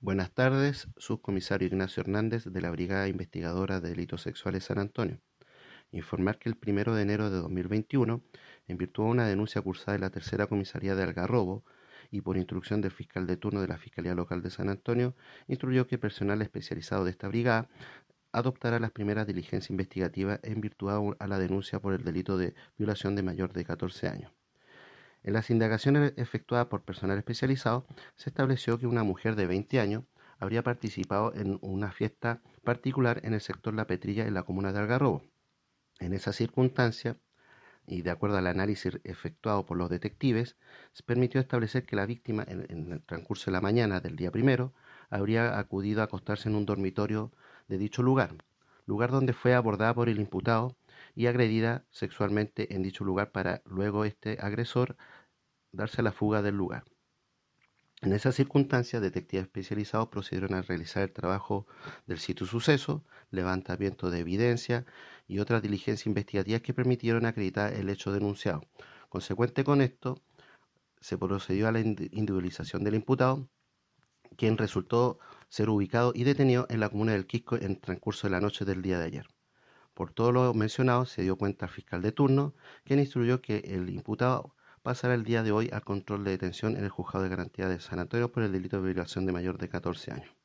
Buenas tardes, subcomisario Ignacio Hernández de la Brigada Investigadora de Delitos Sexuales San Antonio. Informar que el 1 de enero de 2021, en virtud de una denuncia cursada en la Tercera Comisaría de Algarrobo y por instrucción del fiscal de turno de la Fiscalía Local de San Antonio, instruyó que personal especializado de esta brigada adoptará las primeras diligencias investigativas en virtud a la denuncia por el delito de violación de mayor de 14 años. En las indagaciones efectuadas por personal especializado, se estableció que una mujer de 20 años habría participado en una fiesta particular en el sector La Petrilla, en la comuna de Algarrobo. En esa circunstancia, y de acuerdo al análisis efectuado por los detectives, se permitió establecer que la víctima, en el transcurso de la mañana del día primero, habría acudido a acostarse en un dormitorio de dicho lugar donde fue abordada por el imputado y agredida sexualmente en dicho lugar para luego este agresor darse a la fuga del lugar. En esa circunstancia, detectives especializados procedieron a realizar el trabajo del sitio suceso, levantamiento de evidencia y otras diligencias investigativas que permitieron acreditar el hecho denunciado. Consecuente con esto, se procedió a la individualización del imputado, quien resultó ser ubicado y detenido en la comuna del Quisco en el transcurso de la noche del día de ayer. Por todo lo mencionado, se dio cuenta al fiscal de turno, quien instruyó que el imputado pasará el día de hoy al control de detención en el Juzgado de Garantía de San Antonio por el delito de violación de mayor de 14 años.